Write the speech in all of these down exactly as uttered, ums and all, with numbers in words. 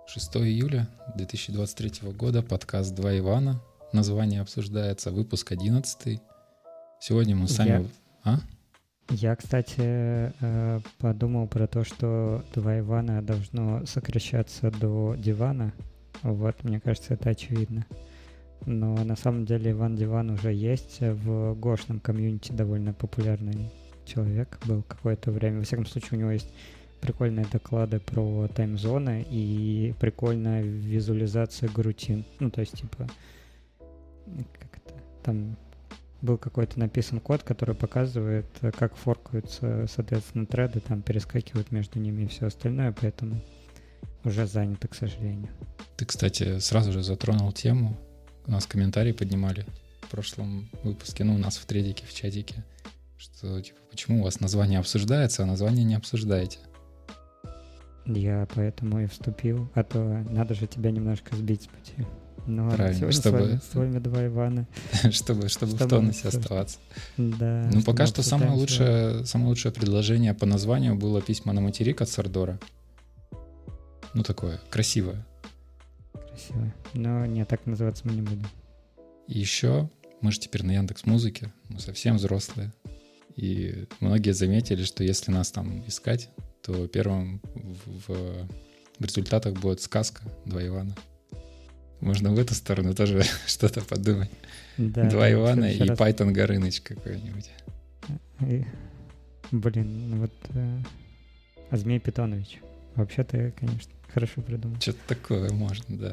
шестого июля две тысячи двадцать третьего года, подкаст «Два Ивана». Название обсуждается, выпуск одиннадцатый. Сегодня мы сами... Я, а? я, кстати, подумал про то, что «Два Ивана» должно сокращаться до «Дивана». Вот, мне кажется, это очевидно. Но на самом деле Иван Диван уже есть. В гошном комьюнити довольно популярный человек был какое-то время. Во всяком случае, у него есть прикольные доклады про таймзоны и прикольная визуализация гарутин. Ну, то есть, типа, как это, там был какой-то написан код, который показывает, как форкаются, соответственно, треды, там перескакивают между ними и все остальное, поэтому уже занято, к сожалению. Ты, кстати, сразу же затронул тему. У нас комментарии поднимали в прошлом выпуске, ну, у нас в тредике, в чатике, что, типа, почему у вас название обсуждается, а название не обсуждаете? Я поэтому и вступил, а то надо же тебя немножко сбить с пути. Ну, правильно, чтобы... С вами, с вами два Ивана. чтобы, чтобы в тонусе оставаться. Да. Ну, пока что самое лучшее, самое лучшее предложение по названию было «Письма на материк» от Сардора. Ну, такое, красивое. Красивое. Но нет, так называться мы не будем. И еще, мы же теперь на Яндекс.Музыке, мы совсем взрослые. И многие заметили, что если нас там искать, то первым в, в, в результатах будет сказка «Два Ивана». Можно в эту сторону тоже что-то подумать. Да, Два да, Ивана и раз... Python Горыныч какой-нибудь. И... Блин, ну вот... Э... А Змей Питонович. Вообще-то, конечно, хорошо придумал. Что-то такое можно, да.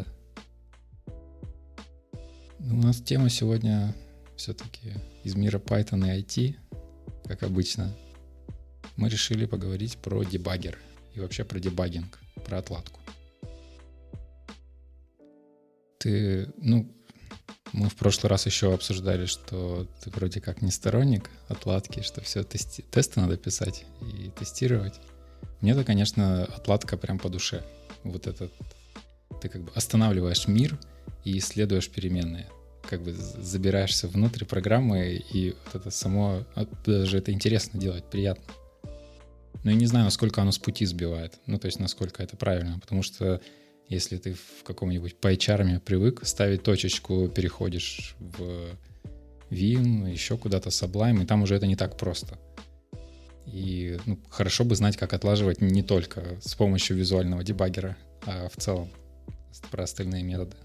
Ну, у нас тема сегодня все-таки из мира Python и ай ти, как обычно. Мы решили поговорить про дебаггер и вообще про дебаггинг, про отладку. Ты, ну, мы в прошлый раз еще обсуждали, что ты вроде как не сторонник отладки, что все тести, тесты надо писать и тестировать. Мне-то, конечно, отладка прям по душе. Вот этот, ты как бы останавливаешь мир и исследуешь переменные. Как бы забираешься внутрь программы, и вот это само, даже это интересно делать, приятно. Но я не знаю, насколько оно с пути сбивает. Ну, то есть, насколько это правильно. Потому что если ты в каком-нибудь PyCharm привык ставить точечку, переходишь в Vim, еще куда-то Sublime, и там уже это не так просто. И ну, хорошо бы знать, как отлаживать не только с помощью визуального дебаггера, а в целом про остальные методы.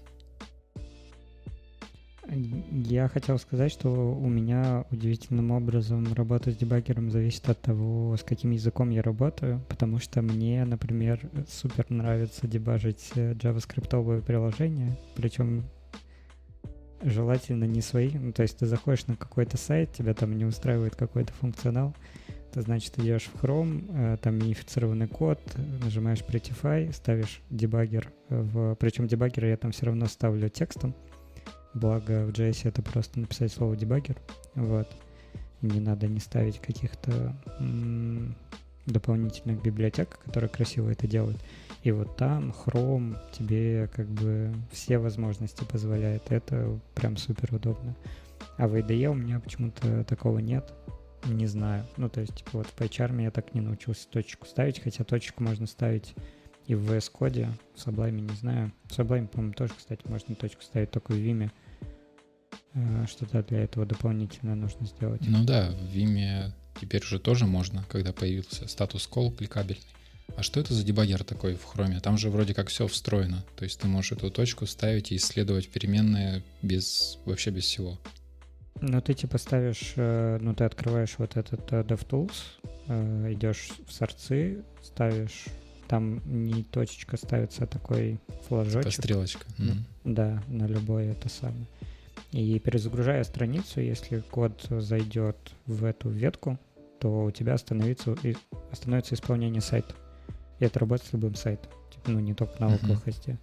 Я хотел сказать, что у меня удивительным образом работа с дебаггером зависит от того, с каким языком я работаю, потому что мне, например, супер нравится дебажить джаваскриптовые приложения, причем желательно не свои. Ну, то есть ты заходишь на какой-то сайт, тебя там не устраивает какой-то функционал, ты, значит, идешь в Chrome, там минифицированный код, нажимаешь Prettify, ставишь дебаггер, в... причем дебаггер я там все равно ставлю текстом. Благо в джей эс это просто написать слово дебаггер. Вот. Не надо не ставить каких-то м- дополнительных библиотек, которые красиво это делают. И вот там Chrome тебе как бы все возможности позволяет. Это прям супер удобно. А в ай ди и у меня почему-то такого нет. Не знаю. Ну, то есть, типа, вот в PyCharm я так не научился точку ставить, хотя точку можно ставить и в ви эс Code, в Sublime не знаю. В Sublime, по-моему, тоже, кстати, можно точку ставить, только в Vim. Что-то для этого дополнительно нужно сделать. Ну да, в Vim теперь уже тоже можно, когда появился статус call кликабельный. А что это за дебаггер такой в Chrome? Там же вроде как все встроено. То есть ты можешь эту точку ставить и исследовать переменные без, вообще без всего. Ну ты типа ставишь, ну ты открываешь вот этот DevTools, идешь в сорцы, ставишь. Там не точечка ставится, а такой флажочек. Типа стрелочка. Mm-hmm. Да, на любое это самое. И перезагружая страницу, если код зайдет в эту ветку, то у тебя остановится, остановится исполнение сайта. И это работает с любым сайтом. Типа, ну, не только на локалхосте.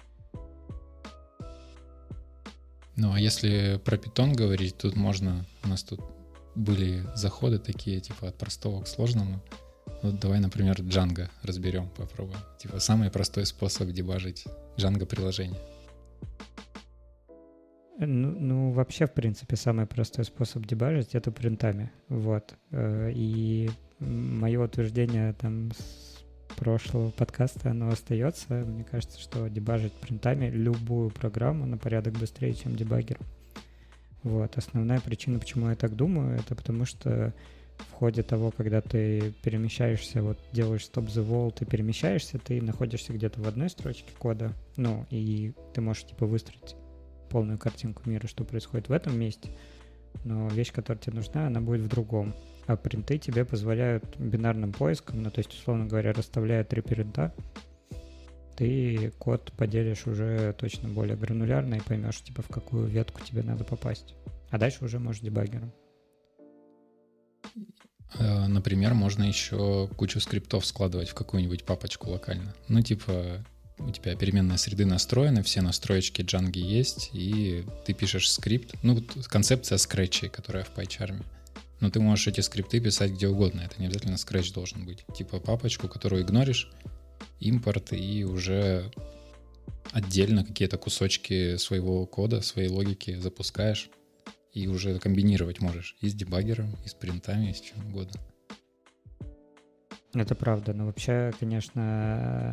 Ну, а если про Python говорить, тут можно... У нас тут были заходы такие, типа, от простого к сложному. Вот давай, например, Django разберем, попробуем. Типа самый простой способ дебажить Django-приложение. Ну, ну, вообще, в принципе, самый простой способ дебажить — это принтами. Вот. И мое утверждение там прошлого подкаста, оно остается. Мне кажется, что дебажить принтами любую программу на порядок быстрее, чем дебаггером. Вот. Основная причина, почему я так думаю, это потому что в ходе того, когда ты перемещаешься, вот делаешь stop the wall, ты перемещаешься, ты находишься где-то в одной строчке кода, ну, и ты можешь, типа, выстроить полную картинку мира, что происходит в этом месте, но вещь, которая тебе нужна, она будет в другом. А принты тебе позволяют бинарным поиском, ну, то есть, условно говоря, расставляя три принта, ты код поделишь уже точно более гранулярно и поймешь, типа, в какую ветку тебе надо попасть. А дальше уже можешь дебаггером. Например, можно еще кучу скриптов складывать в какую-нибудь папочку локально. Ну, типа, у тебя переменные среды настроены, все настроечки Django есть, и ты пишешь скрипт. Ну, вот концепция скретчей, которая в PyCharm. Но ты можешь эти скрипты писать где угодно. Это не обязательно скретч должен быть. Типа папочку, которую игноришь, импорт, и уже отдельно какие-то кусочки своего кода, своей логики запускаешь. И уже комбинировать можешь и с дебаггером, и с принтами, и с чем угодно. Это правда. Но вообще, конечно,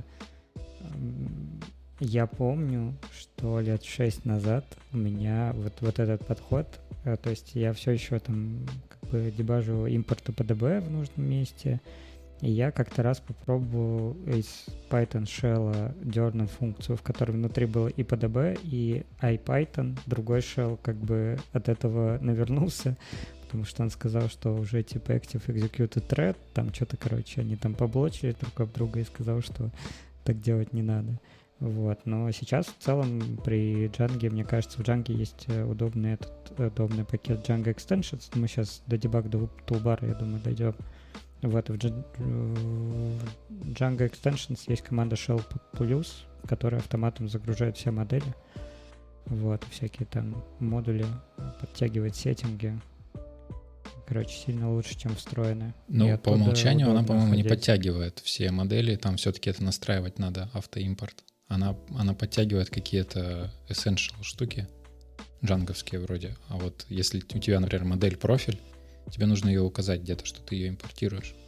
я помню, что лет шесть назад у меня вот, вот этот подход, то есть я все еще там как бы дебажу импорты пи ди би в нужном месте, и я как-то раз попробовал из Python shell дернуть функцию, в которой внутри было и пи ди би, и IPython. Другой shell как бы от этого навернулся, потому что он сказал, что уже типа Active Executed Thread, там что-то, короче, они там поблочили друг об друга и сказал, что так делать не надо. Вот. Но сейчас в целом при Django, мне кажется, в Django есть удобный, этот, удобный пакет Django Extensions. Мы сейчас до дебаг до toolbar, я думаю, дойдем. Вот, в Django Extensions есть команда shell plus, которая автоматом загружает все модели. Вот, всякие там модули, подтягивает сеттинги. Короче, сильно лучше, чем встроенные. Ну, по умолчанию она, по-моему, ходить. не подтягивает все модели. Там все-таки это настраивать надо, автоимпорт. Она, она подтягивает какие-то essential штуки, джанговские вроде. А вот если у тебя, например, модель профиль, тебе нужно ее указать где-то, что ты ее импортируешь.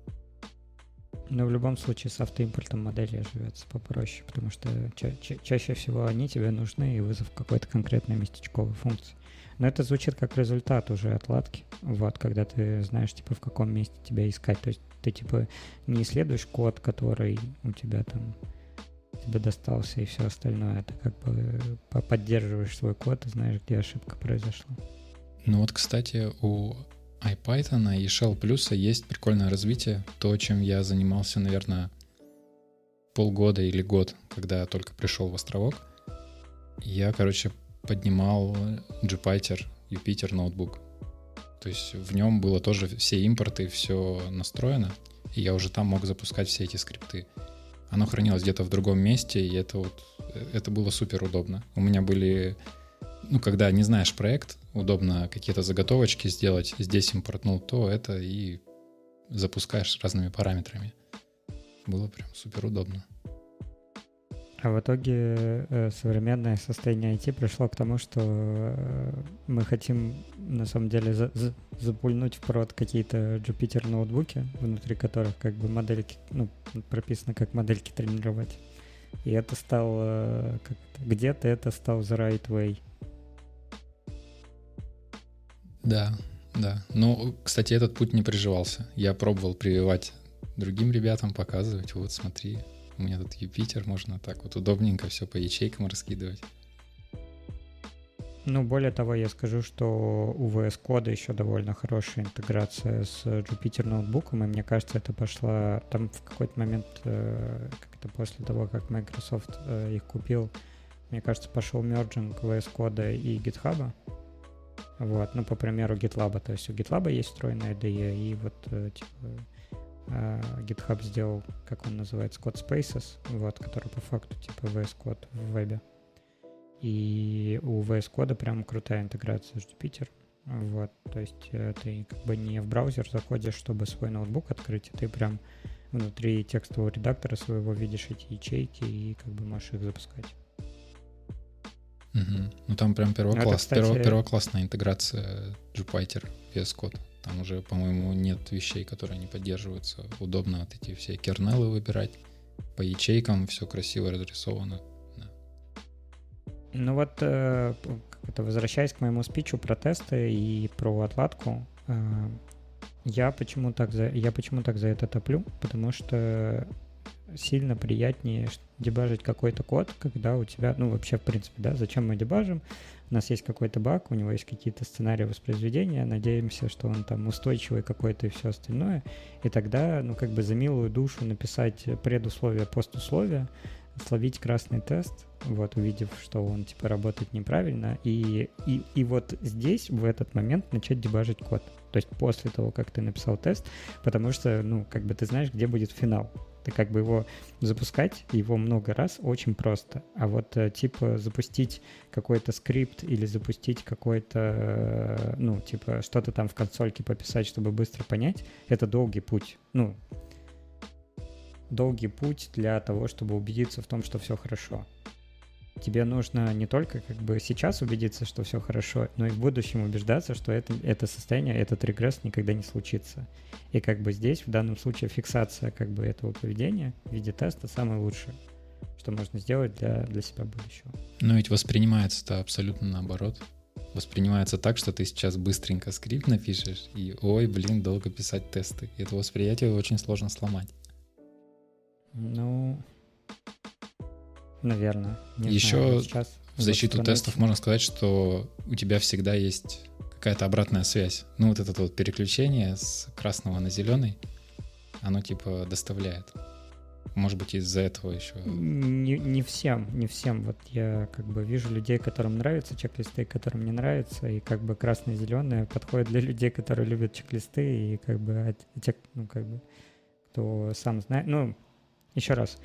Но в любом случае с автоимпортом модели живется попроще, потому что ча- ча- чаще всего они тебе нужны и вызов какой-то конкретной местечковой функции. Но это звучит как результат уже отладки, вот, когда ты знаешь, типа, в каком месте тебя искать. То есть ты, типа, не исследуешь код, который у тебя там тебе достался и все остальное. Ты как бы поддерживаешь свой код и знаешь, где ошибка произошла. Ну вот, кстати, у IPython и Shell Plus есть прикольное развитие. То, чем я занимался, наверное, полгода или год, когда я только пришел в островок. Я, короче, поднимал Jupyter, Jupyter ноутбук. То есть в нем было тоже все импорты, все настроено, и я уже там мог запускать все эти скрипты. Оно хранилось где-то в другом месте, и это вот это было супер удобно. У меня были, ну, когда не знаешь проект, удобно какие-то заготовочки сделать, здесь импортнул то, это, и запускаешь с разными параметрами. Было прям супер удобно. А в итоге э, современное состояние ай ти пришло к тому, что э, мы хотим на самом деле за, за, запульнуть в прод какие-то Jupyter ноутбуки, внутри которых как бы модельки, ну, прописано как модельки тренировать. И это стало, как это, где-то это стал the right way. Да, да. Ну, кстати, этот путь не приживался. Я пробовал прививать другим ребятам, показывать, вот смотри, у меня тут Юпитер, можно так вот удобненько все по ячейкам раскидывать. Ну, более того, я скажу, что у ви эс Code еще довольно хорошая интеграция с Jupyter ноутбуком, и мне кажется, это пошла там в какой-то момент, как это после того, как Microsoft их купил, мне кажется, пошел мерджинг ви эс Code и GitHub. Вот, ну, по примеру GitLab, то есть у GitLab есть встроенная ай ди и, и вот, типа, GitHub сделал, как он называется, Code Spaces, вот, который по факту типа ви эс Code в вебе. И у ви эс Code прям крутая интеграция с Jupyter. Вот, то есть ты как бы не в браузер заходишь, чтобы свой ноутбук открыть, а ты прям внутри текстового редактора своего видишь эти ячейки и как бы можешь их запускать. Угу. Ну там прям первокласс, это, кстати... перво, первоклассная интеграция Jupyter, ви эс Code. Там уже, по-моему, нет вещей, которые не поддерживаются. Удобно вот эти все кернелы выбирать. По ячейкам все красиво разрисовано. Да. Ну вот, э, возвращаясь к моему спичу про тесты и про отладку, э, я почему так за, я почему так за это топлю? Потому что сильно приятнее дебажить какой-то код, когда у тебя, ну вообще в принципе, да, зачем мы дебажим? У нас есть какой-то баг, у него есть какие-то сценарии воспроизведения, надеемся, что он там устойчивый какой-то и все остальное, и тогда, ну как бы за милую душу написать предусловие, постусловие, словить красный тест, вот, увидев, что он типа работает неправильно, и, и, и вот здесь, в этот момент начать дебажить код. То есть после того, как ты написал тест, потому что, ну, как бы ты знаешь, где будет финал. Ты как бы его запускать, его много раз очень просто. А вот типа запустить какой-то скрипт или запустить какой-то, ну, типа что-то там в консольке пописать, чтобы быстро понять, это долгий путь. Ну, долгий путь для того, чтобы убедиться в том, что все хорошо. Тебе нужно не только как бы сейчас убедиться, что все хорошо, но и в будущем убеждаться, что это, это состояние, этот регресс никогда не случится. И как бы здесь, в данном случае, фиксация как бы этого поведения в виде теста самое лучшее, что можно сделать для, для себя будущего. Но ведь воспринимается-то абсолютно наоборот. Воспринимается так, что ты сейчас быстренько скрипт напишешь, и ой, блин, долго писать тесты. И это восприятие очень сложно сломать. Ну... Наверное. Не Еще знаю, сейчас в защиту вот тестов можно сказать, что у тебя всегда есть какая-то обратная связь. Ну, вот это вот переключение с красного на зеленый, оно типа доставляет. Может быть, из-за этого еще... Не, не всем, не всем. Вот я как бы вижу людей, которым нравятся чек-листы, которым не нравятся, и как бы красное и зеленое подходит для людей, которые любят чек-листы, и как бы те, ну, как бы, кто сам знает... Ну, еще раз...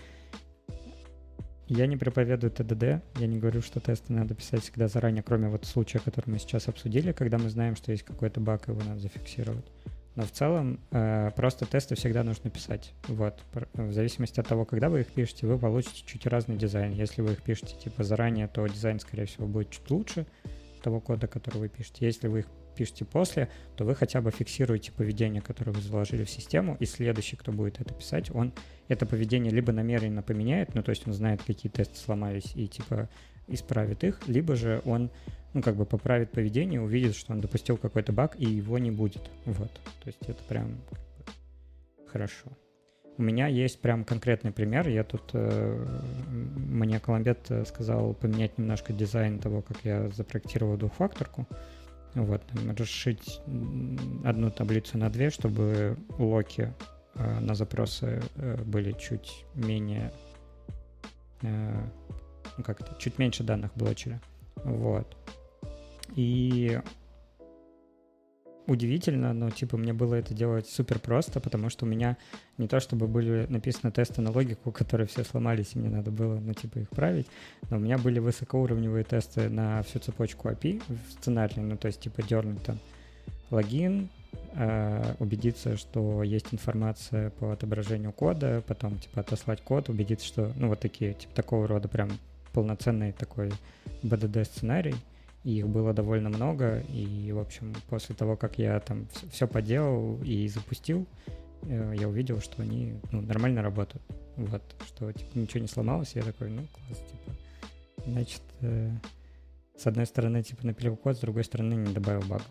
Я не проповедую ТДД, я не говорю, что тесты надо писать всегда заранее, кроме вот случая, который мы сейчас обсудили, когда мы знаем, что есть какой-то баг, его надо зафиксировать. Но в целом э, просто тесты всегда нужно писать. Вот. В зависимости от того, когда вы их пишете, вы получите чуть разный дизайн. Если вы их пишете типа заранее, то дизайн, скорее всего, будет чуть лучше того кода, который вы пишете. Если вы их пишете после, то вы хотя бы фиксируете поведение, которое вы заложили в систему, и следующий, кто будет это писать, он это поведение либо намеренно поменяет, ну, то есть он знает, какие тесты сломались, и, типа, исправит их, либо же он, ну, как бы поправит поведение, увидит, что он допустил какой-то баг, и его не будет. Вот. То есть это прям хорошо. У меня есть прям конкретный пример. Я тут... Э, мне Коломбет сказал поменять немножко дизайн того, как я запроектировал двухфакторку. Вот, там, расшить одну таблицу на две, чтобы локи э, на запросы э, были чуть менее, э, ну как это, чуть меньше данных блочили. Вот. И удивительно, но типа мне было это делать супер просто, потому что у меня не то чтобы были написаны тесты на логику, которые все сломались, и мне надо было, ну, типа, их править, но у меня были высокоуровневые тесты на всю цепочку эй пи ай сценарные, ну, то есть, типа, дернуть там логин, э, убедиться, что есть информация по отображению кода, потом, типа, отослать код, убедиться, что, ну, вот такие, типа, такого рода прям полноценный такой би ди ди-сценарий. И их было довольно много, и, в общем, после того, как я там все поделал и запустил, я увидел, что они, ну, нормально работают. Вот, что, типа, ничего не сломалось, я такой, ну, класс, типа. Значит, э, с одной стороны, типа, напилил код, с другой стороны, не добавил багов.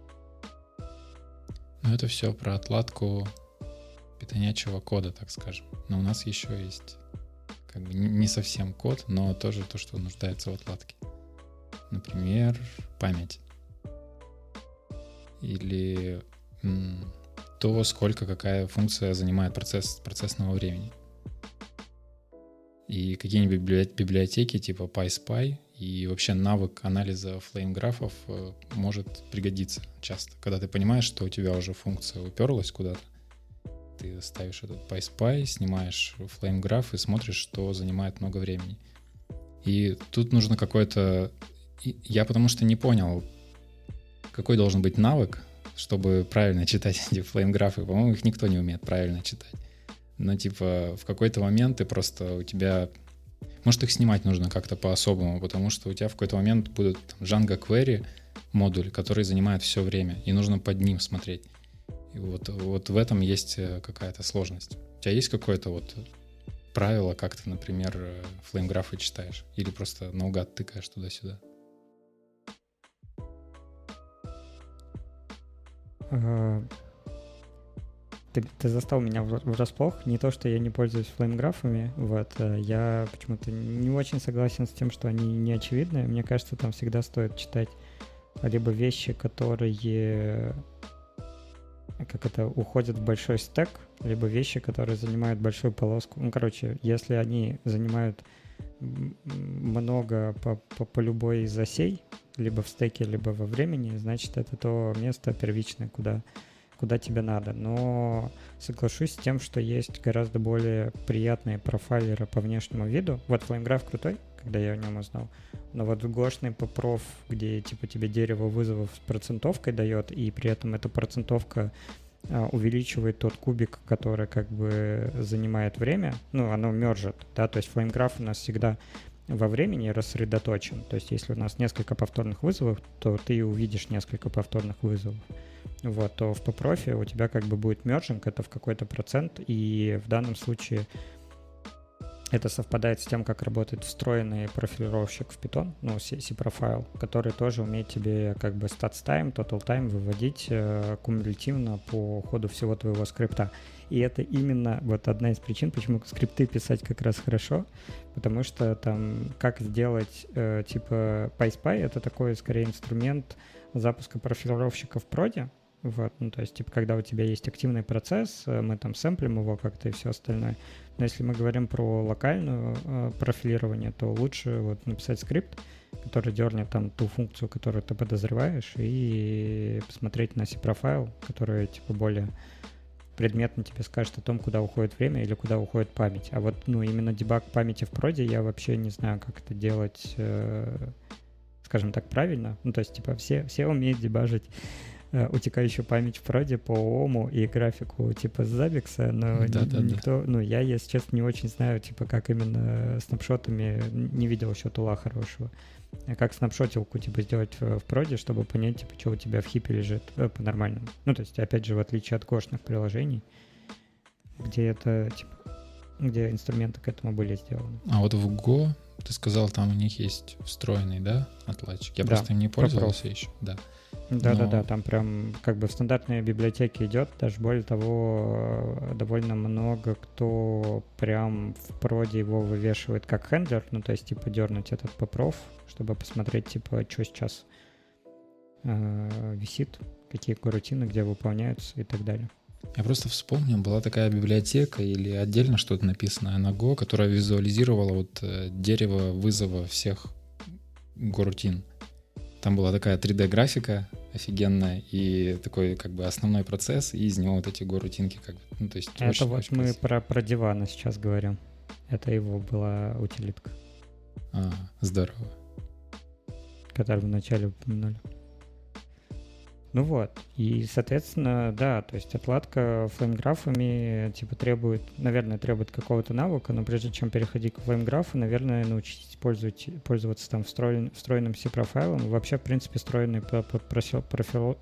Ну, это все про отладку питонячего кода, так скажем. Но у нас еще есть, как бы, не совсем код, но тоже то, что нуждается в отладке. Например, память. Или м, то, сколько какая функция занимает процесс, процессного времени. И какие-нибудь библиотеки типа PySpy и вообще навык анализа флейм-графов э, может пригодиться часто. Когда ты понимаешь, что у тебя уже функция уперлась куда-то, ты ставишь этот PySpy, снимаешь флейм-граф и смотришь, что занимает много времени. И тут нужно какой-то... Я потому что не понял, какой должен быть навык, чтобы правильно читать эти флейм-графы. По-моему, их никто не умеет правильно читать. Но типа в какой-то момент ты просто у тебя... Может, их снимать нужно как-то по-особому, потому что у тебя в какой-то момент будет там, Django Query модуль, который занимает все время, и нужно под ним смотреть. И вот, вот в этом есть какая-то сложность. У тебя есть какое-то вот правило, как ты, например, флеймграфы читаешь? Или просто наугад тыкаешь туда-сюда? Ты, ты застал меня врасплох. Не то, что я не пользуюсь флеймграфами, вот, я почему-то не очень согласен с тем, что они не очевидны. Мне кажется, там всегда стоит читать либо вещи, которые как это, уходят в большой стек, либо вещи, которые занимают большую полоску. Ну, короче, если они занимают много по, по, по любой из осей, либо в стеке, либо во времени, значит, это то место первичное, куда, куда тебе надо. Но соглашусь с тем, что есть гораздо более приятные профайлеры по внешнему виду. Вот FlameGraph крутой, когда я о нем узнал. Но вот гошный попроф, где типа тебе дерево вызовов с процентовкой дает, и при этом эта процентовка а, увеличивает тот кубик, который как бы занимает время, ну, оно мержит, да, то есть FlameGraph у нас всегда во времени рассредоточен. То есть если у нас несколько повторных вызовов, то ты увидишь несколько повторных вызовов. Вот, то в попрофе у тебя как бы будет мержинг, это в какой-то процент, и в данном случае это совпадает с тем, как работает встроенный профилировщик в Python, ну, C-профайл, который тоже умеет тебе как бы stats time, total time выводить э, кумулятивно по ходу всего твоего скрипта. И это именно вот одна из причин, почему скрипты писать как раз хорошо, потому что там как сделать э, типа PySpy, это такой скорее инструмент запуска профилировщика в проде. Вот, ну, то есть, типа, когда у тебя есть активный процесс, мы там сэмплим его как-то и все остальное. Но если мы говорим про локальное э, профилирование, то лучше вот написать скрипт, который дернет там ту функцию, которую ты подозреваешь, и посмотреть на C-профайл, который, типа, более предметно тебе скажет о том, куда уходит время или куда уходит память. А вот, ну, именно дебаг памяти в проде я вообще не знаю, как это делать, э, скажем так, правильно. Ну, то есть, типа, все, все умеют дебажить утекающую память в проде по ООМу и графику типа Zabbix, но да, да, никто, да. ну, я, если честно, не очень знаю, типа, как именно снапшотами, не видел еще тула хорошего. Как снапшотилку, типа, сделать в, в проде, чтобы понять, типа, что у тебя в хипе лежит э, по-нормальному. Ну, то есть, опять же, в отличие от гошных приложений, где это, типа, где инструменты к этому были сделаны. А вот в Go, ты сказал, там у них есть встроенный, да, отладчик? Я да, просто им не пользовался еще, да. Да-да-да, Но... там прям как бы в стандартной библиотеке идет, даже более того, довольно много кто прям в проде его вывешивает как хендлер, ну то есть типа дернуть этот попроф, чтобы посмотреть типа, что сейчас э, висит, какие корутины, где выполняются и так далее. Я просто вспомнил, была такая библиотека или отдельно что-то написанное на Go, которая визуализировала вот дерево вызова всех горутин. Там была такая три дэ-графика офигенная и такой как бы основной процесс, и из него вот эти горутинки как бы, ну то есть... Это очень, вот очень мы про, про дивана сейчас говорим. Это его была утилитка. А, здорово. Которую вначале упомянули. Ну вот, и, соответственно, да, то есть отладка флеймграфами типа требует, наверное, требует какого-то навыка, но прежде чем переходить к флеймграфу, наверное, научитесь пользовать, пользоваться там встроен, встроенным C-профайлом. Вообще, в принципе, встроенный профил, профил,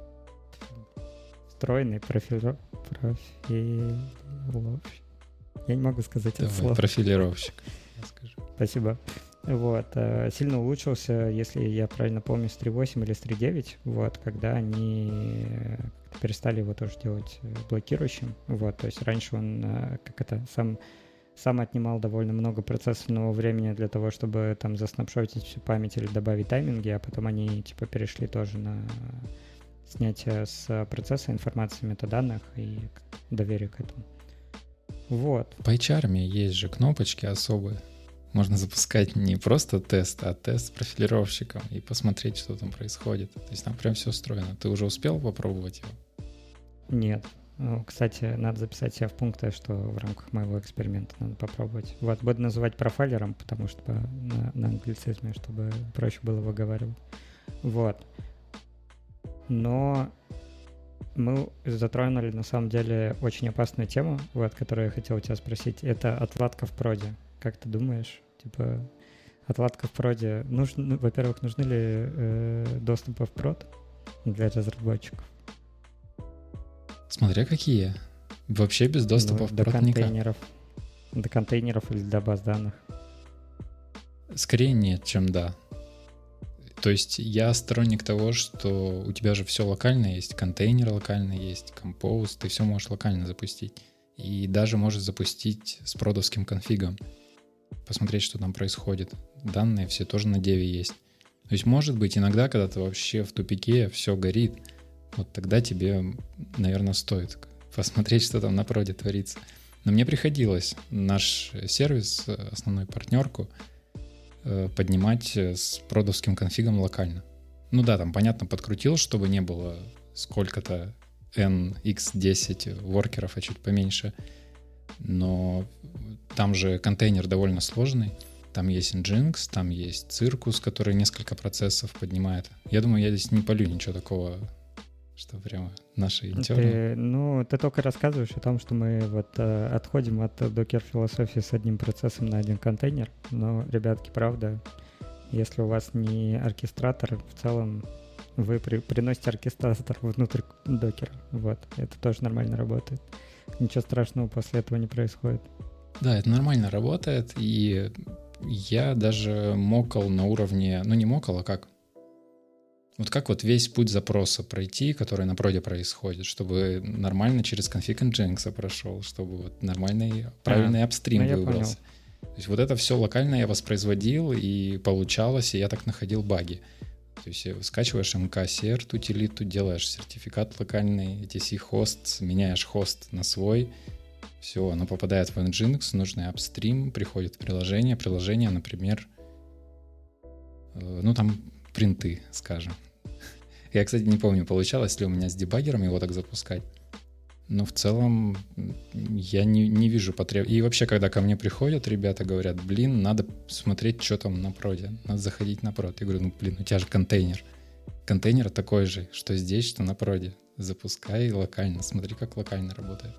встроенный профил, профилировщик. Я не могу сказать Давай, это слово. Профилировщик. Спасибо. Вот, сильно улучшился, если я правильно помню, с три восемь или с три девять, вот, когда они перестали его тоже делать блокирующим, вот, то есть раньше он, как это, сам, сам отнимал довольно много процессорного времени для того, чтобы там заснапшотить всю память или добавить тайминги, а потом они, типа, перешли тоже на снятие с процесса информации метаданных и доверие к этому. Вот. В PyCharm есть же кнопочки особые. Можно запускать не просто тест, а тест с профилировщиком и посмотреть, что там происходит. То есть там прям все устроено. Ты уже успел попробовать его? Нет. Ну, кстати, надо записать себя в пункты, что в рамках моего эксперимента надо попробовать. Вот, буду называть профайлером, потому что на, на англицизме, чтобы проще было выговаривать. Вот. Но мы затронули, на самом деле, очень опасную тему, вот, которую я хотел у тебя спросить. Это отладка в проде. Как ты думаешь, типа, отладка в проде, нужно, ну, во-первых, нужны ли э, доступы в прод для разработчиков? Смотря какие. Вообще без доступа Ну, в до прод никак. контейнеров. До контейнеров или до баз данных. Скорее нет, чем да. То есть я сторонник того, что у тебя же все локально есть, контейнер локально есть, Compose, ты все можешь локально запустить. И даже можешь запустить с продовским конфигом. Посмотреть, что там происходит. Данные все тоже на деве есть. То есть может быть иногда, когда ты вообще в тупике, все горит, вот тогда тебе, наверное, стоит посмотреть, что там на проде творится. Но мне приходилось наш сервис, основную партнерку, поднимать с продовским конфигом локально. Ну да, там, понятно, подкрутил, чтобы не было сколько-то эн икс десять воркеров, а чуть поменьше. Но там же контейнер довольно сложный. Там есть Nginx, там есть Circus, который несколько процессов поднимает. Я думаю, я здесь не полю ничего такого, что прямо наши интерны. Ты, ну, ты только рассказываешь о том, что мы вот э, отходим от докер-философии с одним процессом на один контейнер. Но, ребятки, правда, если у вас не оркестратор, в целом вы при, приносите оркестратор внутрь докера. Вот, это тоже нормально работает. Ничего страшного после этого не происходит. Да, это нормально работает, и я даже мокал на уровне... Ну, не мокал, а как? Вот как вот весь путь запроса пройти, который на проде происходит, чтобы нормально через конфиг Nginx прошел, чтобы вот нормальный, правильный апстрим ну, выбрался. То есть вот это все локально я воспроизводил, и получалось, и я так находил баги. То есть скачиваешь эм ка серт утилиту, делаешь сертификат локальный, и ти си-хост, меняешь хост на свой, все, оно попадает в Nginx, нужный апстрим, приходит в приложение, приложение, например, э, ну там принты, скажем. Я, кстати, не помню, получалось ли у меня с дебаггером его так запускать. Но в целом я не, не вижу потреб... И вообще, когда ко мне приходят ребята, говорят, блин, надо смотреть, что там на проде. Надо заходить на прод. Я говорю, ну, блин, у тебя же контейнер. Контейнер такой же, что здесь, что на проде. Запускай локально. Смотри, как локально работает.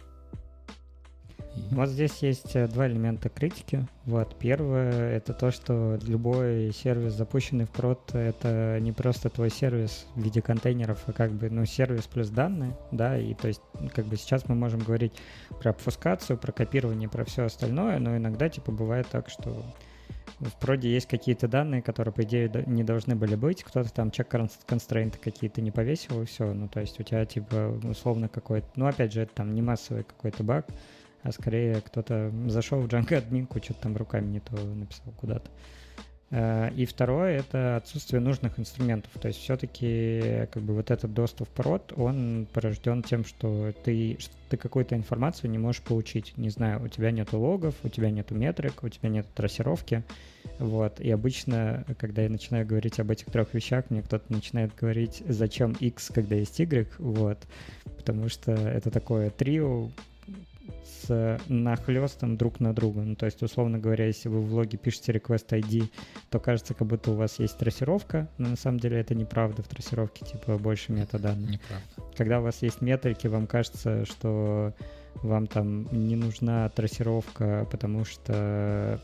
И... Вот здесь есть два элемента критики. Вот. Первое — это то, что любой сервис, запущенный в прод, это не просто твой сервис в виде контейнеров, а как бы, ну, сервис плюс данные, да, и то есть, как бы сейчас мы можем говорить про обфускацию, про копирование, про все остальное, но иногда, типа, бывает так, что в проде есть какие-то данные, которые, по идее, не должны были быть, кто-то там чек-констрейнты какие-то не повесил, и все, ну, то есть у тебя, типа, условно какой-то, ну, опять же, это там не массовый какой-то баг, а скорее кто-то зашел в Django админку, что-то там руками не то написал куда-то. И второе — это отсутствие нужных инструментов. То есть все-таки как бы вот этот доступ в прод, он порожден тем, что ты, что ты какую-то информацию не можешь получить. Не знаю, у тебя нету логов, у тебя нету метрик, у тебя нету трассировки. Вот. И обычно, когда я начинаю говорить об этих трех вещах, мне кто-то начинает говорить, зачем X, когда есть Y. Вот. Потому что это такое трио с нахлёстом друг на друга. Ну, то есть, условно говоря, если вы в логе пишете request ай ди, то кажется, как будто у вас есть трассировка, но на самом деле это неправда. В трассировке типа больше метаданных. Неправда. Когда у вас есть метрики, вам кажется, что вам там не нужна трассировка, потому что,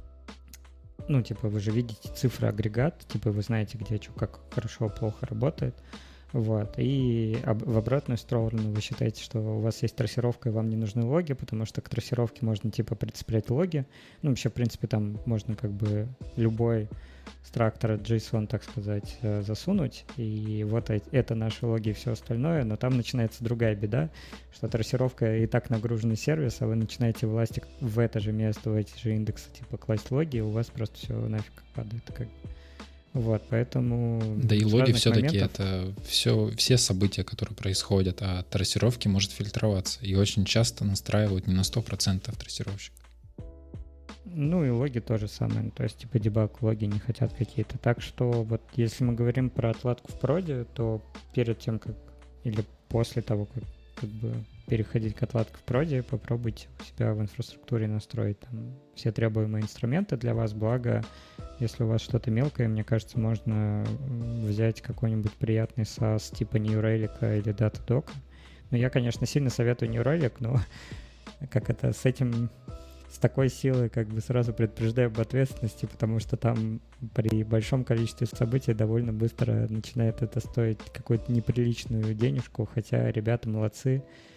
ну, типа, вы же видите цифры агрегат, типа, вы знаете, где что, как хорошо, плохо работает. Вот. И об, в обратную сторону вы считаете, что у вас есть трассировка, и вам не нужны логи, потому что к трассировке можно типа прицеплять логи. Ну, вообще, в принципе, там можно как бы любой страктор JSON, так сказать, засунуть. И вот это наши логи и все остальное. Но там начинается другая беда, что трассировка и так нагруженный сервис, а вы начинаете в Elastic в это же место, в эти же индексы типа класть логи, и у вас просто все нафиг падает. Как бы. Вот, поэтому... Да и логи все-таки моментов... это все, все события, которые происходят, а трассировки может фильтроваться. И очень часто настраивают не на сто процентов трассировщик. Ну и логи тоже самое. То есть типа дебаг логи не хотят какие-то. Так что вот если мы говорим про отладку в проде, то перед тем, как... Или после того, как как бы переходить к отладке в проде, попробуйте у себя в инфраструктуре настроить там все требуемые инструменты для вас. Благо, если у вас что-то мелкое, мне кажется, можно взять какой-нибудь приятный SaaS типа New Relic или Datadog. Но я, конечно, сильно советую New Relic, но как это с этим, с такой силой как бы сразу предупреждаю об ответственности, потому что там при большом количестве событий довольно быстро начинает это стоить какую-то неприличную денежку, хотя ребята молодцы,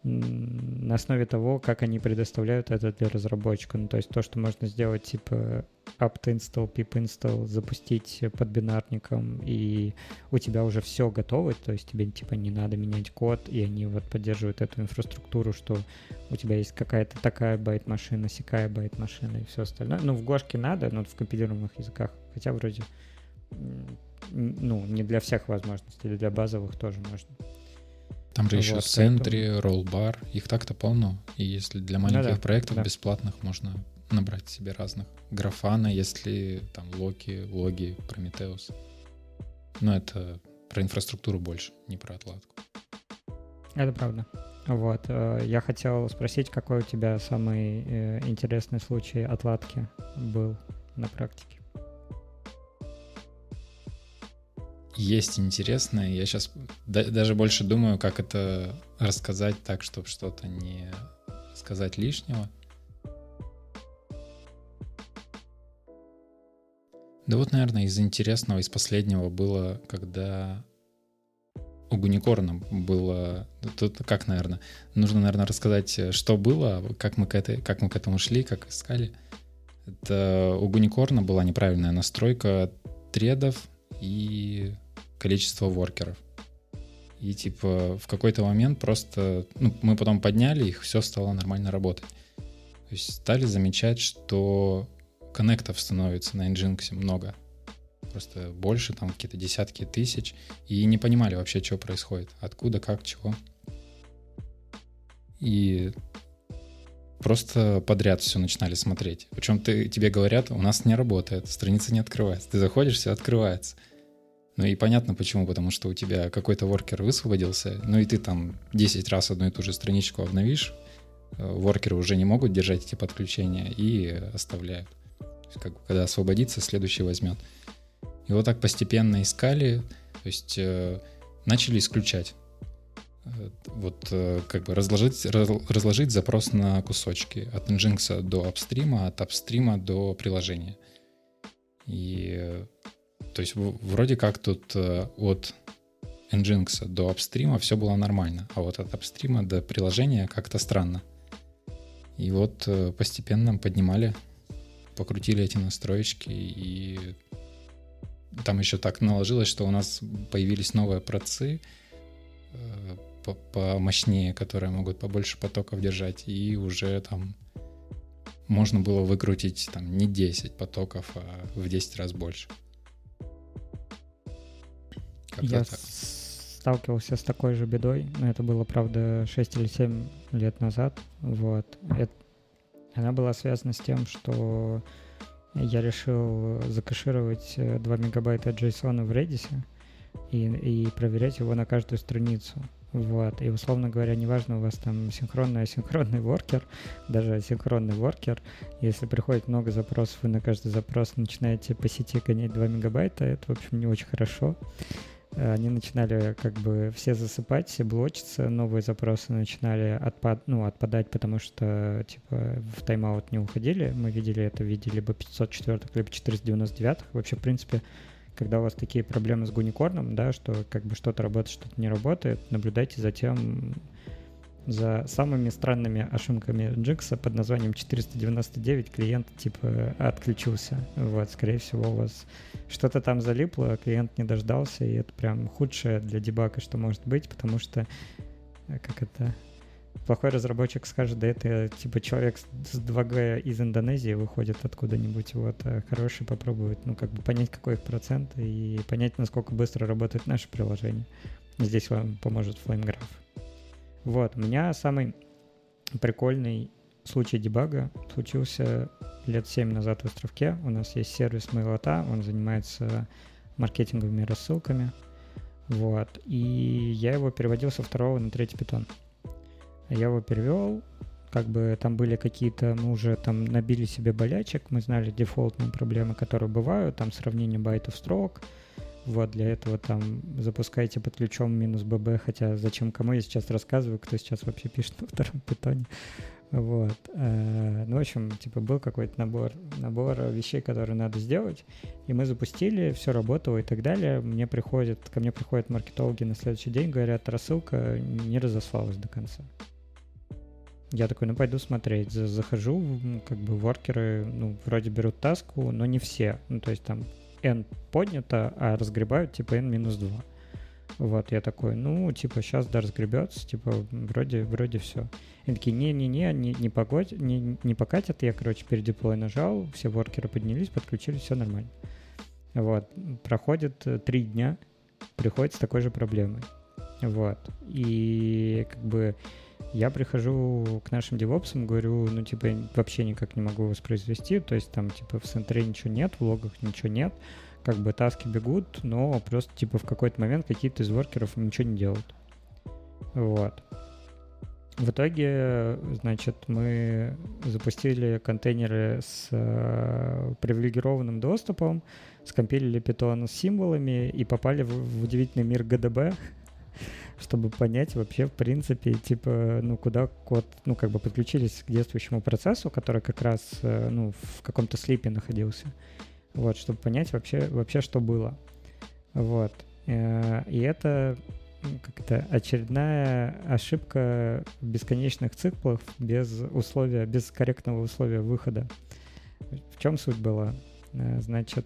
на основе того, как они предоставляют это для разработчика. Ну, то есть то, что можно сделать типа apt-install, pip-install, запустить под бинарником, и у тебя уже все готово, то есть тебе типа не надо менять код, и они вот поддерживают эту инфраструктуру, что у тебя есть какая-то такая байт-машина, сякая байт-машина и все остальное. Ну, в Гошке надо, но в компилируемых языках, хотя вроде ну, не для всех возможностей, для базовых тоже можно. Там же вот, еще Sentry, поэтому... Rollbar, их так-то полно. И если для маленьких ну, да, проектов да. бесплатных можно набрать себе разных. Графана, если там Локи, Логи, Prometheus. Но это про инфраструктуру больше, не про отладку. Это правда. Вот. Я хотел спросить, какой у тебя самый интересный случай отладки был на практике? Есть интересное. Я сейчас да, даже больше думаю, как это рассказать так, чтобы что-то не сказать лишнего. Да вот, наверное, из интересного, из последнего было, когда у Гуникорна было... Тут как, наверное? Нужно, наверное, рассказать, что было, как мы к, этой, как мы к этому шли, как искали. Это у Гуникорна была неправильная настройка тредов и количество воркеров. И типа в какой-то момент просто... Ну, мы потом подняли их, все стало нормально работать. То есть стали замечать, что коннектов становится на Nginx много. Просто больше, там какие-то десятки тысяч. И не понимали вообще, что происходит. Откуда, как, чего. И просто подряд все начинали смотреть. Причем ты, тебе говорят, у нас не работает, страница не открывается. Ты заходишь, все открывается. Ну и понятно почему, потому что у тебя какой-то воркер высвободился, ну и ты там десять раз одну и ту же страничку обновишь, воркеры уже не могут держать эти подключения и оставляют. То есть, как бы, когда освободится, следующий возьмет. И вот так постепенно искали, то есть э, начали исключать. Вот э, как бы разложить, раз, разложить запрос на кусочки от Nginx до апстрима, от апстрима до приложения. И то есть в, вроде как тут э, от Nginx до апстрима все было нормально, а вот от апстрима до приложения как-то странно. И вот э, постепенно поднимали, покрутили эти настроечки, и там еще так наложилось, что у нас появились новые процы э, помощнее, которые могут побольше потоков держать, и уже там можно было выкрутить там не десять потоков, а в десять раз больше. Как-то Я так. сталкивался с такой же бедой, но это было, правда, шесть или семь лет назад. Вот. Это... Она была связана с тем, что я решил закэшировать два мегабайта JSON в Redis и, и проверять его на каждую страницу. Вот. И, условно говоря, неважно, у вас там синхронный, асинхронный воркер, даже асинхронный воркер, если приходит много запросов, вы на каждый запрос начинаете по сети гонять два мегабайта, это, в общем, не очень хорошо. Они начинали как бы все засыпать, все блочиться, новые запросы начинали отпад, ну, отпадать, потому что типа в тайм-аут не уходили. Мы видели это в виде либо пятьсот четыре, либо четыреста девяносто девять. Вообще, в принципе, когда у вас такие проблемы с Гуникорном, да, что как бы что-то работает, что-то не работает, наблюдайте за тем, за самыми странными ошибками Nginx под названием четыреста девяносто девять. Клиент типа отключился. Вот, скорее всего, у вас что-то там залипло, клиент не дождался, и это прям худшее для дебага, что может быть, потому что как это... Плохой разработчик скажет, да это типа человек с два джи из Индонезии выходит откуда-нибудь, вот, а хороший попробует, ну, как бы понять, какой их процент, и понять, насколько быстро работает наше приложение. Здесь вам поможет FlameGraph. Вот, у меня самый прикольный случай дебага случился лет семь назад в Островке. У нас есть сервис Mailota, он занимается маркетинговыми рассылками, вот, и я его переводил со второго на третий питон. Я его перевел, как бы там были какие-то, мы уже там набили себе болячек, мы знали дефолтные проблемы, которые бывают, там сравнение байтов строк, вот, для этого там запускайте под ключом минус bb, хотя зачем кому я сейчас рассказываю, кто сейчас вообще пишет на втором питоне, вот. Ну, в общем, типа был какой-то набор, набор вещей, которые надо сделать, и мы запустили, все работало и так далее, мне приходят, ко мне приходят маркетологи на следующий день, говорят, рассылка не разослалась до конца. Я такой, ну, пойду смотреть. Захожу, как бы воркеры, ну, вроде берут таску, но не все. Ну, то есть там n поднято, а разгребают типа n минус два. Вот, я такой, ну, типа, сейчас, да, разгребется, типа, вроде, вроде все. И такие, не-не-не, не, не, погодь, не, не покатят. Я, короче, передеплой нажал, все воркеры поднялись, подключились, все нормально. Вот, проходит три дня, приходит с такой же проблемой. Вот, и как бы я прихожу к нашим девопсам, говорю, ну, типа, я вообще никак не могу воспроизвести, то есть там, типа, в центре ничего нет, в логах ничего нет, как бы таски бегут, но просто, типа, в какой-то момент какие-то из воркеров ничего не делают. Вот. В итоге, значит, мы запустили контейнеры с э, привилегированным доступом, скомпилили Python с символами и попали в, в удивительный мир джи ди би, чтобы понять вообще, в принципе, типа, ну, куда код, ну, как бы подключились к действующему процессу, который как раз, э, ну, в каком-то слипе находился. Вот, чтобы понять вообще, вообще что было. Вот. Э, и это... как это, очередная ошибка в бесконечных циклах без условия, без корректного условия выхода. В чем суть была? Значит,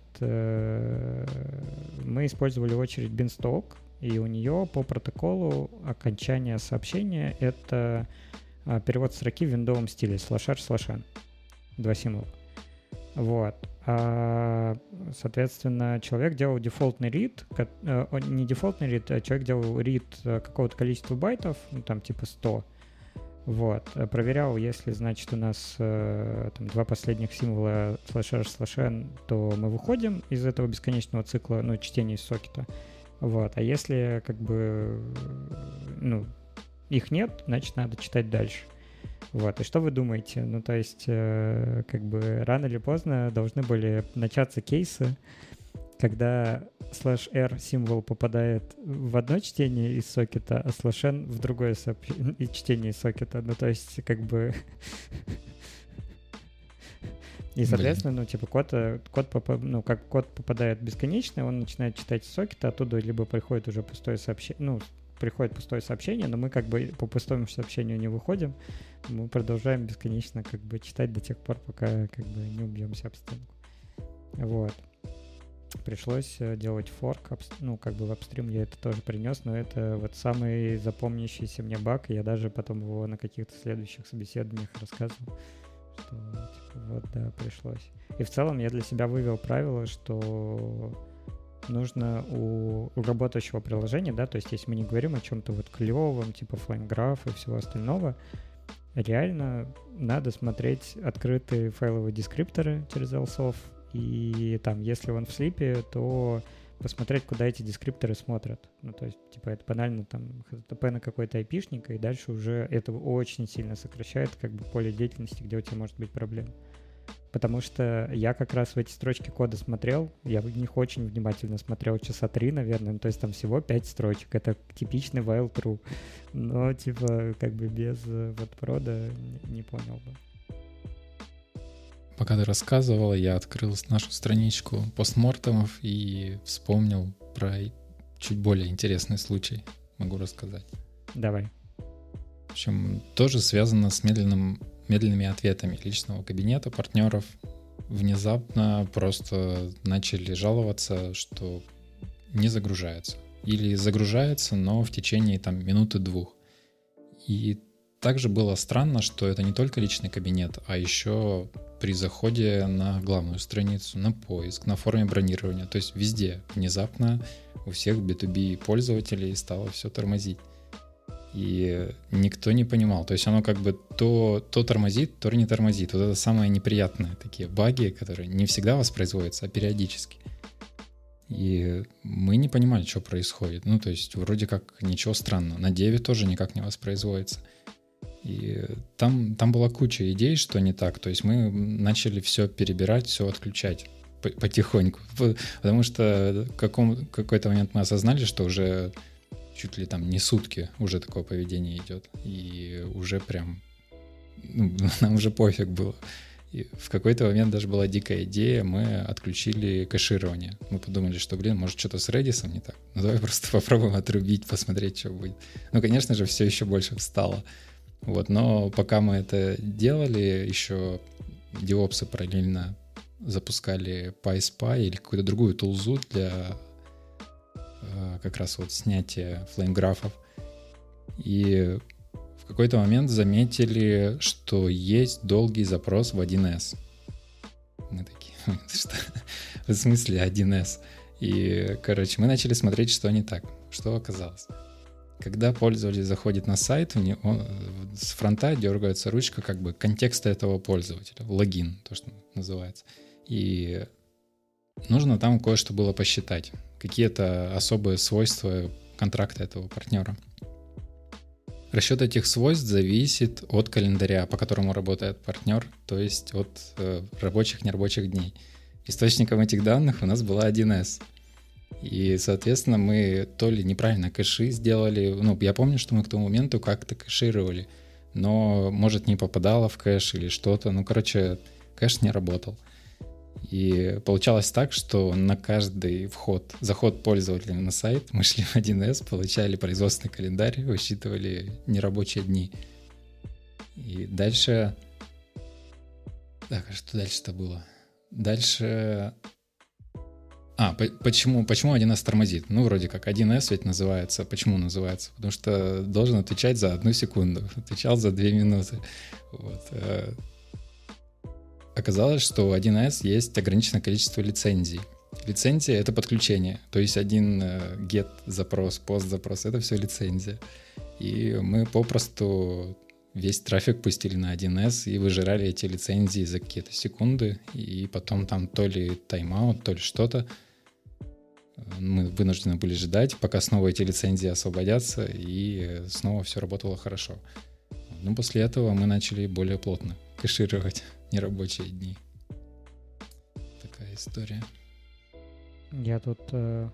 мы использовали очередь beanstalk, и у нее по протоколу окончание сообщения — это перевод строки в виндовом стиле слэш ар слэш эн. Два символа. Вот. А, соответственно, человек делал дефолтный read, не дефолтный read, а человек делал read какого-то количества байтов, ну, там типа сто. Вот. Проверял, если, значит, у нас там два последних символа слэш ар слэш эн, то мы выходим из этого бесконечного цикла, ну, чтения из сокета. Вот. А если, как бы, ну, их нет, значит, надо читать дальше. Вот, и что вы думаете? Ну, то есть, э, как бы рано или поздно должны были начаться кейсы, когда слэш R символ попадает в одно чтение из сокета, а слэш N в другое сообщ- чтение из сокета. Ну, то есть, как бы... И, соответственно, Блин. ну, типа, код, код, поп- ну, как код попадает бесконечно, он начинает читать из сокета, оттуда либо приходит уже пустое сообщение, ну, приходит пустое сообщение, но мы как бы по пустому сообщению не выходим, мы продолжаем бесконечно как бы читать до тех пор, пока как бы не убьемся об стенку. Вот. Пришлось делать форк, ну, как бы в апстрим я это тоже принес, но это вот самый запомнящийся мне баг, я даже потом его на каких-то следующих собеседованиях рассказывал, что, типа, вот, да, пришлось. И в целом я для себя вывел правило, что нужно у, у работающего приложения, да, то есть если мы не говорим о чем-то вот клевом, типа FlameGraph и всего остального, реально надо смотреть открытые файловые дескрипторы через элсов, и там, если он в слипе, то посмотреть, куда эти дескрипторы смотрят. Ну, то есть, типа, это банально там эйч ти ти пи на какой-то айпишник, и дальше уже это очень сильно сокращает как бы поле деятельности, где у тебя может быть проблема. Потому что я как раз в эти строчки кода смотрел, я в них очень внимательно смотрел часа три, наверное, ну, то есть там всего пять строчек, это типичный while true, но типа как бы без вот прода не, не понял бы. Пока ты рассказывала, я открыл нашу страничку постмортемов и вспомнил про чуть более интересный случай, могу рассказать. Давай. В общем, тоже связано с медленным медленными ответами личного кабинета партнеров. Внезапно просто начали жаловаться, что не загружается. Или загружается, но в течение там минуты-двух. И также было странно, что это не только личный кабинет, а еще при заходе на главную страницу, на поиск, на форме бронирования. То есть везде внезапно у всех би ту би пользователей стало все тормозить. И никто не понимал. То есть оно как бы то, то тормозит, то не тормозит. Вот это самые неприятные такие баги, которые не всегда воспроизводятся, а периодически. И мы не понимали, что происходит. Ну, то есть вроде как ничего странного. На деве тоже никак не воспроизводится. И там, там была куча идей, что не так. То есть мы начали все перебирать, все отключать потихоньку. Потому что в каком, какой-то момент мы осознали, что уже чуть ли там не сутки уже такое поведение идет. И уже прям... Ну, нам уже пофиг было. И в какой-то момент даже была дикая идея, мы отключили кэширование. Мы подумали, что, блин, может, что-то с Redis не так. Ну, давай просто попробуем отрубить, посмотреть, что будет. Ну, конечно же, все еще больше встало. Вот, но пока мы это делали, еще девопсы параллельно запускали PySpy или какую-то другую тулзу для э, как раз вот снятия флеймграфов. И в какой-то момент заметили, что есть долгий запрос в один эс. Мы такие, что? В смысле один эс? И, короче, мы начали смотреть, что не так. Что оказалось? Когда пользователь заходит на сайт, у него, он, с фронта дергается ручка как бы контекста этого пользователя, логин, то, что называется. И нужно там кое-что было посчитать. Какие-то особые свойства контракта этого партнера. Расчет этих свойств зависит от календаря, по которому работает партнер, то есть от э, рабочих, нерабочих дней. Источником этих данных у нас была один эс. И, соответственно, мы то ли неправильно кэши сделали, ну, я помню, что мы к тому моменту как-то кэшировали, но, может, не попадало в кэш или что-то, ну, короче, кэш не работал. И получалось так, что на каждый вход, заход пользователя на сайт мы шли в один эс, получали производственный календарь, высчитывали нерабочие дни. И дальше... Так, а что дальше-то было? Дальше... А, по- почему, почему один эс тормозит? Ну, вроде как один эс ведь называется. Почему называется? Потому что должен отвечать за одну секунду. Отвечал за две минуты. Вот. Оказалось, что у один эс есть ограниченное количество лицензий. Лицензия — это подключение. То есть один get запрос, пост запрос — это все лицензия. И мы попросту весь трафик пустили на один эс и выжирали эти лицензии за какие-то секунды. И потом там то ли тайм-аут, то ли что-то. Мы вынуждены были ждать, пока снова эти лицензии освободятся, и снова все работало хорошо. Но после этого мы начали более плотно кэшировать нерабочие дни. Такая история. Я тут... Э,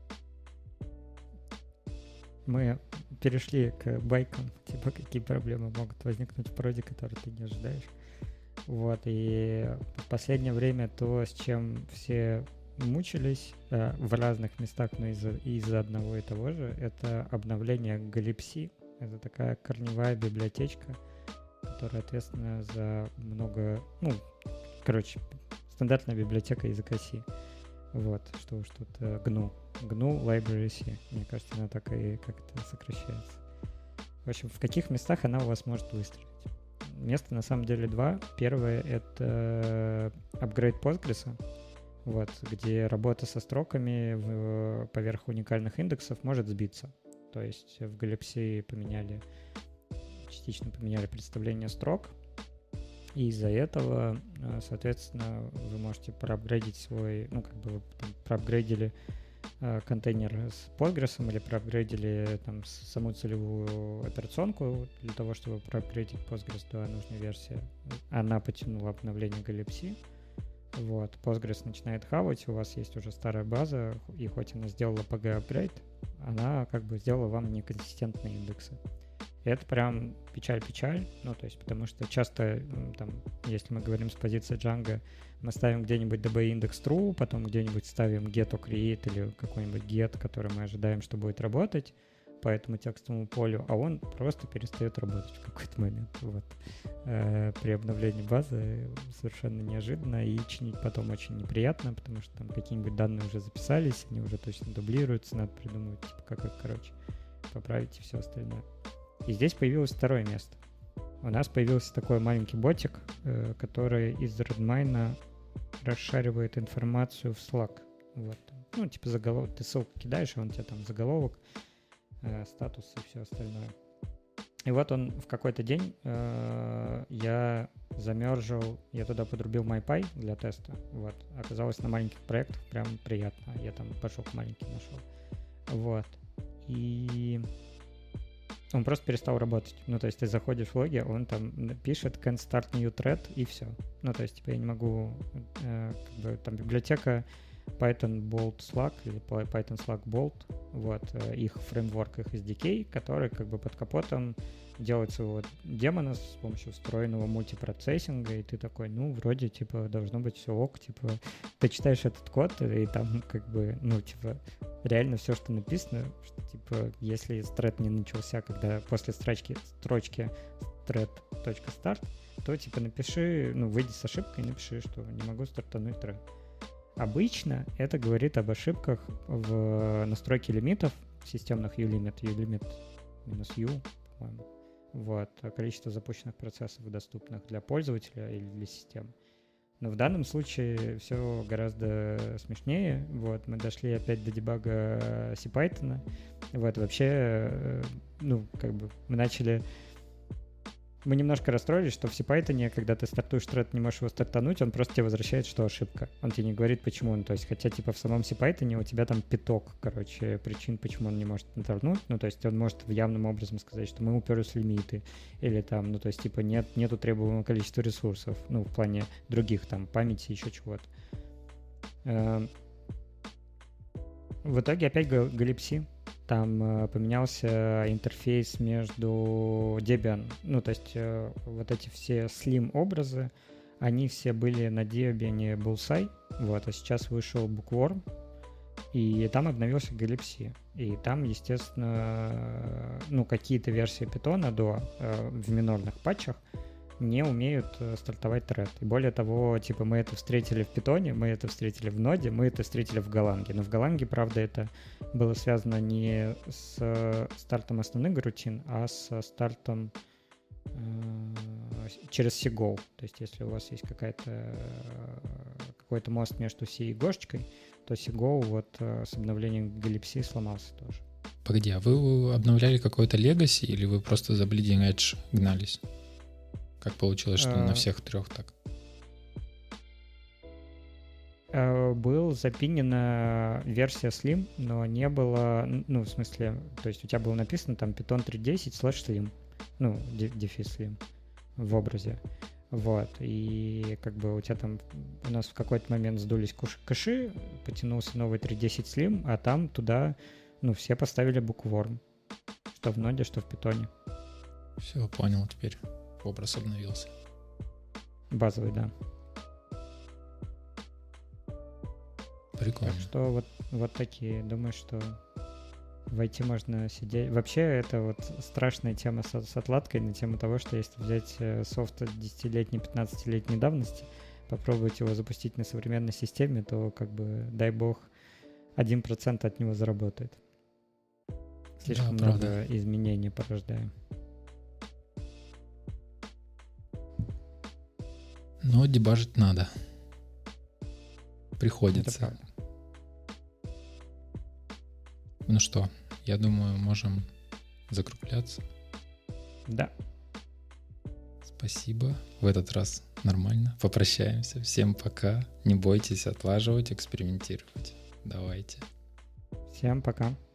мы перешли к байкам, типа какие проблемы могут возникнуть в проде, которые ты не ожидаешь. Вот, и в последнее время то, с чем все мучились э, в разных местах, но из-за, из-за одного и того же, это обновление glibc. Это такая корневая библиотечка, которая ответственна за много... Ну, короче, стандартная библиотека языка C. Вот, что уж тут э, гну. гну Library C. Мне кажется, она так и как-то сокращается. В общем, в каких местах она у вас может выстрелить? Место на самом деле два. Первое — это апгрейд Postgres, вот, где работа со строками в, поверх уникальных индексов может сбиться. То есть в glibc поменяли, частично поменяли представление строк, и из-за этого, соответственно, вы можете проапгрейдить свой, ну, как бы вы там проапгрейдили э, контейнер с Postgres или проапгрейдили там саму целевую операционку для того, чтобы проапгрейдить Postgres до нужной версии. Она потянула обновление glibc. Вот, Postgres начинает хавать, у вас есть уже старая база, и хоть она сделала пи джи-апгрейд, она как бы сделала вам неконсистентные индексы. И это прям печаль-печаль, ну, то есть, потому что часто, там, если мы говорим с позиции Django, мы ставим где-нибудь db-индекс true, потом где-нибудь ставим get-create или какой-нибудь get, который мы ожидаем, что будет работать по этому текстовому полю, а он просто перестает работать в какой-то момент. Вот. Э, при обновлении базы совершенно неожиданно, и чинить потом очень неприятно, потому что там какие-нибудь данные уже записались, они уже точно дублируются, надо придумывать, типа, как их, короче, поправить и все остальное. И здесь появилось второе место. У нас появился такой маленький ботик, э, который из Redmine расшаривает информацию в Slack. Вот. Ну, типа заголовок, ты ссылку кидаешь, и он тебе там заголовок, э, статус и все остальное. И вот он в какой-то день э, я замержил, я туда подрубил MyPy для теста. Вот. Оказалось, на маленьких проектах прям приятно. Я там пошок маленький нашел. Вот. И он просто перестал работать. Ну, то есть ты заходишь в логи, он там пишет can start new thread, и все. Ну, то есть типа я не могу... Э, как бы, там библиотека Python Bolt Slack или Python Slack Bolt, вот, э, их фреймворк, их эс ди кей, который как бы под капотом делает своего демона с помощью встроенного мультипроцессинга, и ты такой, ну, вроде, типа, должно быть все ок, типа, ты читаешь этот код, и там, как бы, ну, типа, реально все, что написано, что, типа, если thread не начался, когда после строчки, строчки thread.start, то типа напиши, ну, выйди с ошибкой и напиши, что не могу стартануть thread. Обычно это говорит об ошибках в настройке лимитов, системных ulimit, ulimit минус u, по-моему. Вот, количество запущенных процессов, доступных для пользователя или для системы. Но в данном случае все гораздо смешнее. Вот, мы дошли опять до дебага CPython. Вот, вообще, ну, как бы мы начали... Мы немножко расстроились, что в CPython, когда ты стартуешь тред, не можешь его стартануть, он просто тебе возвращает, что ошибка. Он тебе не говорит, почему он. То есть, хотя, типа, в самом CPython у тебя там пяток, короче, причин, почему он не может стартануть. Ну, то есть, он может явным образом сказать, что мы уперлись в лимиты. Или там, ну, то есть, типа, нет, нету требуемого количества ресурсов. Ну, в плане других, там, памяти, еще чего-то. В итоге опять glibc. Там э, поменялся интерфейс между Debian. Ну, то есть э, вот эти все Slim-образы, они все были на Debian Bullseye. Вот, а сейчас вышел Bookworm, и там обновился glibc. И там, естественно, ну, какие-то версии Python до э, в минорных патчах не умеют стартовать thread. И более того, типа, мы это встретили в Python, мы это встретили в ноде, мы это встретили в Golang. Но в Golang, правда, это было связано не с стартом основных рутин, а с стартом э, через Seago. То есть, если у вас есть какая-то, какой-то мост между C и Гошечкой, то Seago вот с обновлением glibc сломался тоже. Погоди, а вы обновляли какой-то legacy или вы просто за Bleeding Edge гнались? Как получилось, что а... на всех трех так? Был запинена версия Slim, но не было, ну, в смысле, то есть у тебя было написано там Python три десять слэш Slim, ну, дефис Slim в образе. Вот, и как бы у тебя там, у нас в какой-то момент сдулись кэши, потянулся новый три десять Slim, а там туда, ну, все поставили Bookworm, что в ноде, что в Python. Все, понял теперь. Образ обновился. Базовый, да. Прикольно. Так что вот, вот такие. Думаю, что в ай ти можно сидеть. Вообще, это вот страшная тема с, с отладкой на тему того, что если взять софт десятилетней, пятнадцатилетней давности, попробовать его запустить на современной системе, то, как бы, дай бог, один процент от него заработает. Слишком да, много правда. Изменений порождаем. Но дебажить надо. Приходится. Ну что, я думаю, можем закругляться. Да. Спасибо. В этот раз нормально. Попрощаемся. Всем пока. Не бойтесь отлаживать, экспериментировать. Давайте. Всем пока.